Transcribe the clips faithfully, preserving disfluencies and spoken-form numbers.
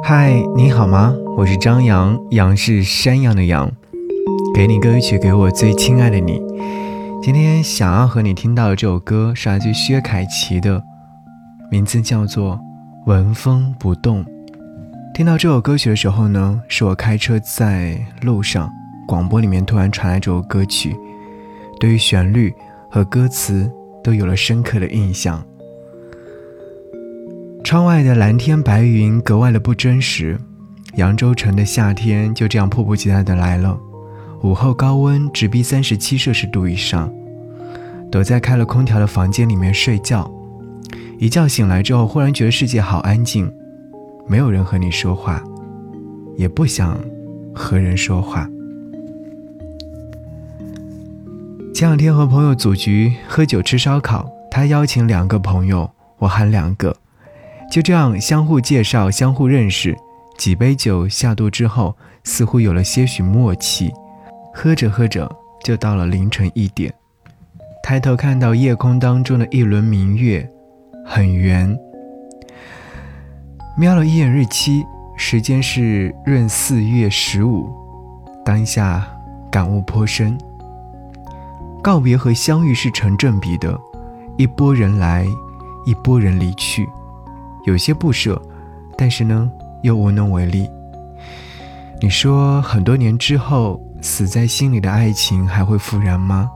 嗨，你好吗？我是张扬，杨是山羊的羊。给你歌曲，给我最亲爱的你。今天想要和你听到的这首歌是来自于薛凯琪的，名字叫做《纹风不动》。听到这首歌曲的时候呢，是我开车在路上，广播里面突然传来这首歌曲，对于旋律和歌词都有了深刻的印象。窗外的蓝天白云格外的不真实，扬州城的夏天就这样迫不及待的来了。午后高温直逼三十七摄氏度以上，躲在开了空调的房间里面睡觉，一觉醒来之后，忽然觉得世界好安静，没有人和你说话，也不想和人说话。前两天和朋友组局喝酒吃烧烤，他邀请两个朋友，我喊两个，就这样相互介绍相互认识，几杯酒下肚之后，似乎有了些许默契，喝着喝着就到了凌晨一点。抬头看到夜空当中的一轮明月，很圆。瞄了一眼日期，时间是闰四月十五，当下感悟颇深。告别和相遇是成正比的，一波人来，一波人离去，有些不舍，但是呢，又无能为力。你说很多年之后，死在心里的爱情还会复燃吗？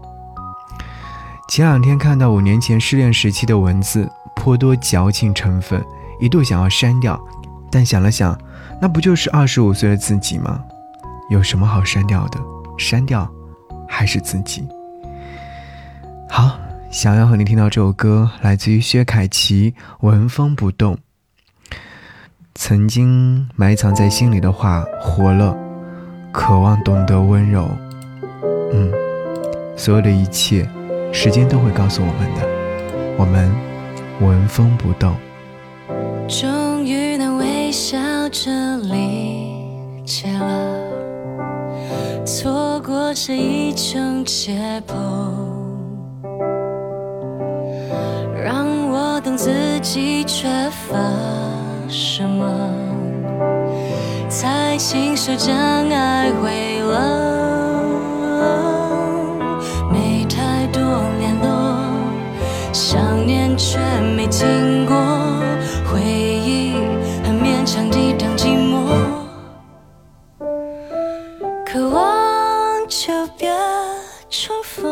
前两天看到五年前失恋时期的文字，颇多矫情成分，一度想要删掉，但想了想，那不就是二十五岁的自己吗？有什么好删掉的？删掉还是自己。好，想要和你听到这首歌，来自于薛凯琪，《纹风不动》。曾经埋藏在心里的话，活了，渴望懂得温柔。嗯，所有的一切，时间都会告诉我们的。我们纹风不动。 终于能微笑着理解了，错过是一种解剖，让我懂自己缺乏什么，才亲手将爱毁了。没太多联络，想念却没经过，回忆很勉强抵挡寂寞，渴望就别重逢，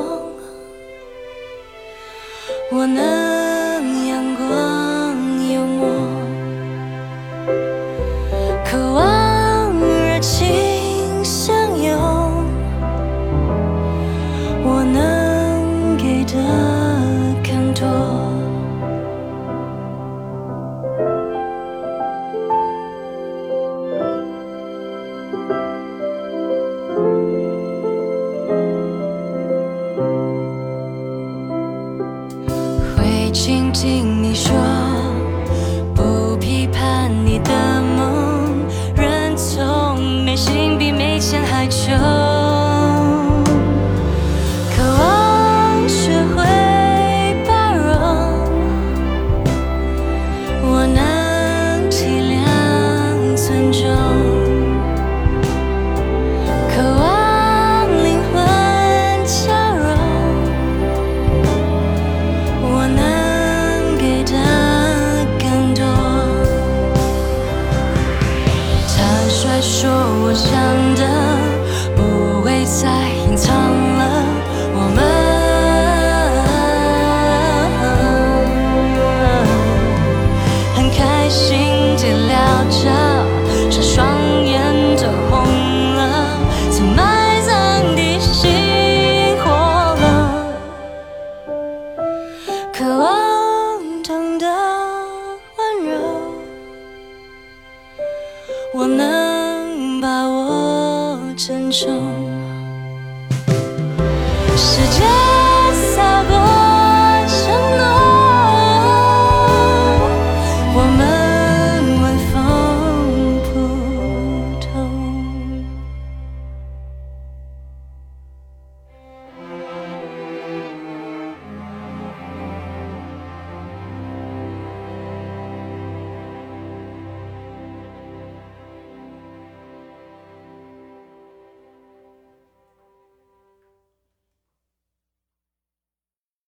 我能阳光幽默，渴望热情相拥，我能给的更多。会倾听你说，不批判你的梦，认同没心比没钱还穷，渴望学会包容，我能体谅尊重，渴望灵魂交融，我能给的更多。坦率说我想的，不会再隐藏了，我们很开心地聊着，这双眼都红了，曾埋葬的心活了，渴望懂得温柔，我能把握珍重。时间